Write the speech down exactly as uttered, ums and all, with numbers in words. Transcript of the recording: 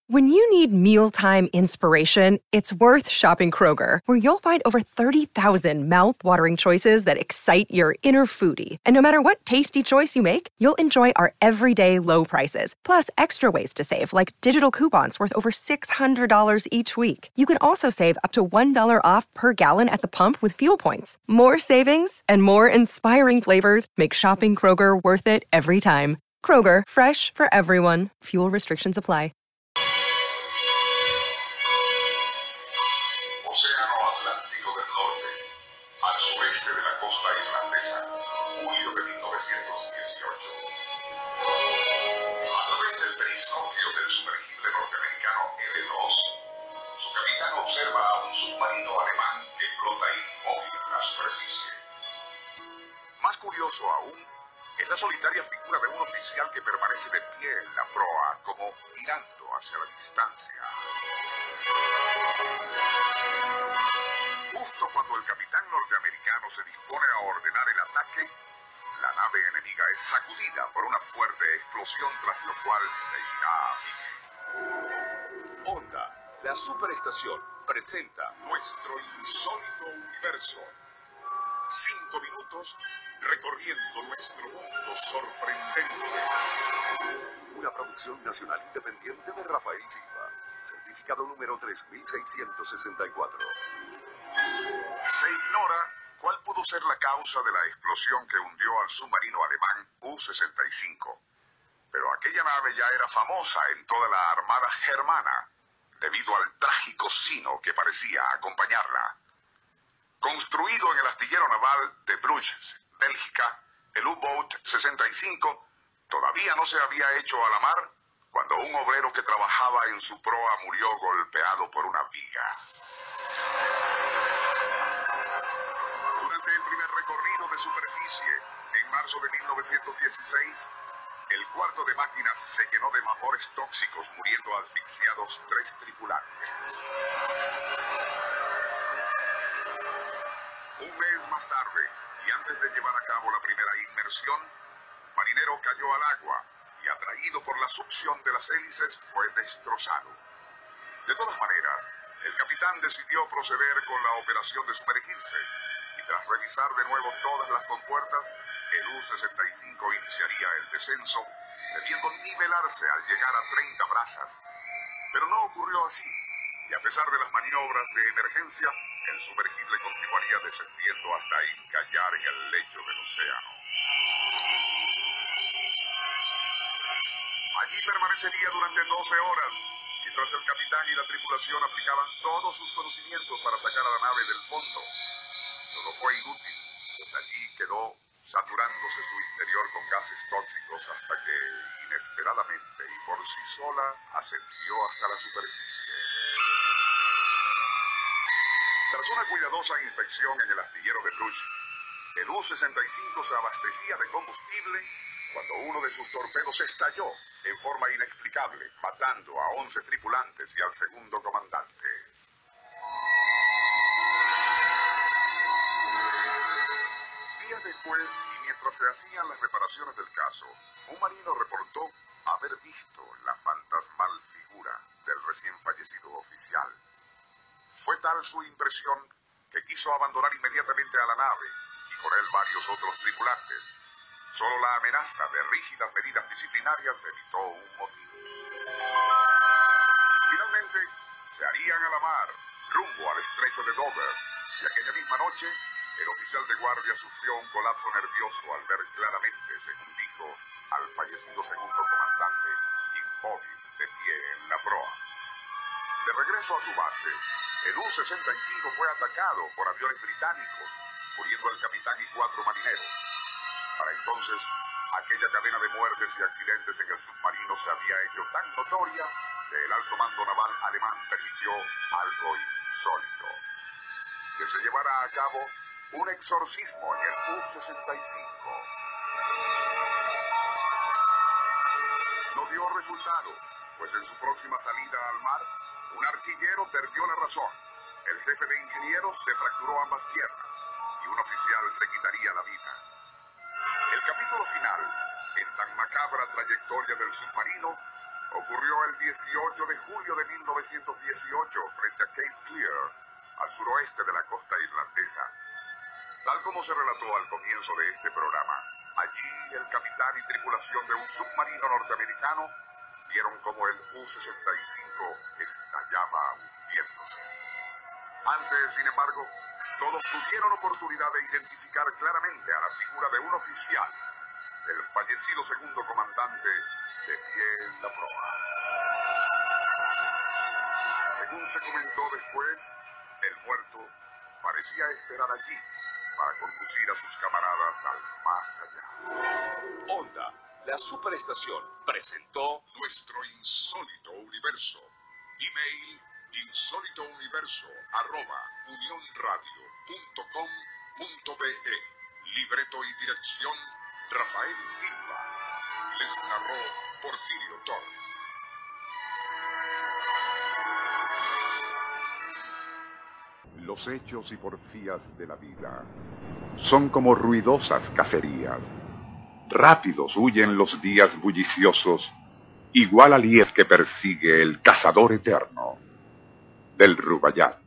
When you need mealtime inspiration, it's worth shopping Kroger, where you'll find over thirty thousand mouth-watering choices that excite your inner foodie. And no matter what tasty choice you make, you'll enjoy our everyday low prices, plus extra ways to save, like digital coupons worth over six hundred dollars each week. You can also save up to one dollar off per gallon at the pump with fuel points. More savings and more inspiring flavors make shopping Kroger worth it every time. Kroger, fresh for everyone. Fuel restrictions apply. Océano Atlántico del Norte, al sureste de la costa irlandesa, julio de mil novecientos dieciocho. A través del periscopio del sumergible norteamericano L dos, su capitán observa a un submarino alemán que flota inmóvil en la superficie. Más curioso aún es la solitaria figura de un oficial que permanece de pie en la proa, como mirando hacia la distancia. Justo cuando el capitán norteamericano se dispone a ordenar el ataque, la nave enemiga es sacudida por una fuerte explosión, tras lo cual se irá a pique. Onda, la superestación, presenta Nuestro insólito universo. Cinco minutos recorriendo nuestro mundo sorprendente. una producción nacional independiente de Rafael Silva. Certificado número tres mil seiscientos sesenta y cuatro. Se ignora cuál pudo ser la causa de la explosión que hundió al submarino alemán U sesenta y cinco. Pero aquella nave ya era famosa en toda la Armada Germana, debido al trágico sino que parecía acompañarla. Construido en el astillero naval de Bruges, Bélgica, el U-Boat sesenta y cinco todavía no se había hecho a la mar cuando un obrero que trabajaba en su proa murió golpeado por una viga. Durante el primer recorrido de superficie, en marzo de mil novecientos dieciséis, el cuarto de máquinas se llenó de vapores tóxicos, muriendo asfixiados tres tripulantes. Un mes más tarde, y antes de llevar a cabo la primera inmersión, un marinero cayó al agua y, atraído por la succión de las hélices, fue destrozado. De todas maneras, el capitán decidió proceder con la operación de sumergirse, y tras revisar de nuevo todas las compuertas, el U sesenta y cinco iniciaría el descenso, debiendo nivelarse al llegar a treinta brazas. Pero no ocurrió así, y a pesar de las maniobras de emergencia, el sumergible continuaría descendiendo hasta encallar en el lecho del océano. Allí permanecería durante doce horas, mientras el capitán y la tripulación aplicaban todos sus conocimientos para sacar a la nave del fondo. Todo fue inútil, pues allí quedó saturándose su interior con gases tóxicos hasta que, inesperadamente y por sí sola, ascendió hasta la superficie. Tras una cuidadosa inspección en el astillero de Bruges, el U sesenta y cinco se abastecía de combustible cuando uno de sus torpedos estalló en forma inexplicable, matando a once tripulantes y al segundo comandante. Días después, y mientras se hacían las reparaciones del caso, un marino reportó haber visto la fantasmal figura del recién fallecido oficial. Fue tal su impresión que quiso abandonar inmediatamente a la nave, y con él varios otros tripulantes. Solo la amenaza de rígidas medidas disciplinarias evitó un motín. Finalmente, se harían a la mar, rumbo al estrecho de Dover, y aquella misma noche, el oficial de guardia sufrió un colapso nervioso al ver claramente, según dijo, al fallecido segundo comandante, inmóvil, de pie en la proa. De regreso a su base, el U sesenta y cinco fue atacado por aviones británicos, muriendo el capitán y cuatro marineros. Para entonces, aquella cadena de muertes y accidentes en el submarino se había hecho tan notoria que el alto mando naval alemán permitió algo insólito: que se llevara a cabo un exorcismo en el U sesenta y cinco. No dio resultado, pues en su próxima salida al mar, un artillero perdió la razón, el jefe de ingenieros se fracturó ambas piernas y un oficial se quitaría la vida. El capítulo final, en tan macabra trayectoria del submarino, ocurrió el dieciocho de julio de mil novecientos dieciocho frente a Cape Clear, al suroeste de la costa irlandesa. Tal como se relató al comienzo de este programa, allí el capitán y tripulación de un submarino norteamericano vieron como el U sesenta y cinco estallaba hundiéndose. Antes, sin embargo, todos tuvieron oportunidad de identificar claramente a la figura de un oficial, el fallecido segundo comandante de pie en la proa. Según se comentó después, el muerto parecía esperar allí para conducir a sus camaradas al más allá. Onda, la superestación, presentó Nuestro insólito universo. Email insólitouniverso arroba unionradio punto com punto be. Libreto y dirección Rafael Silva. Les narró Porfirio Torres. Los hechos y porfías de la vida son como ruidosas cacerías. Rápidos huyen los días bulliciosos, igual a liez que persigue el cazador eterno del Rubaiyat.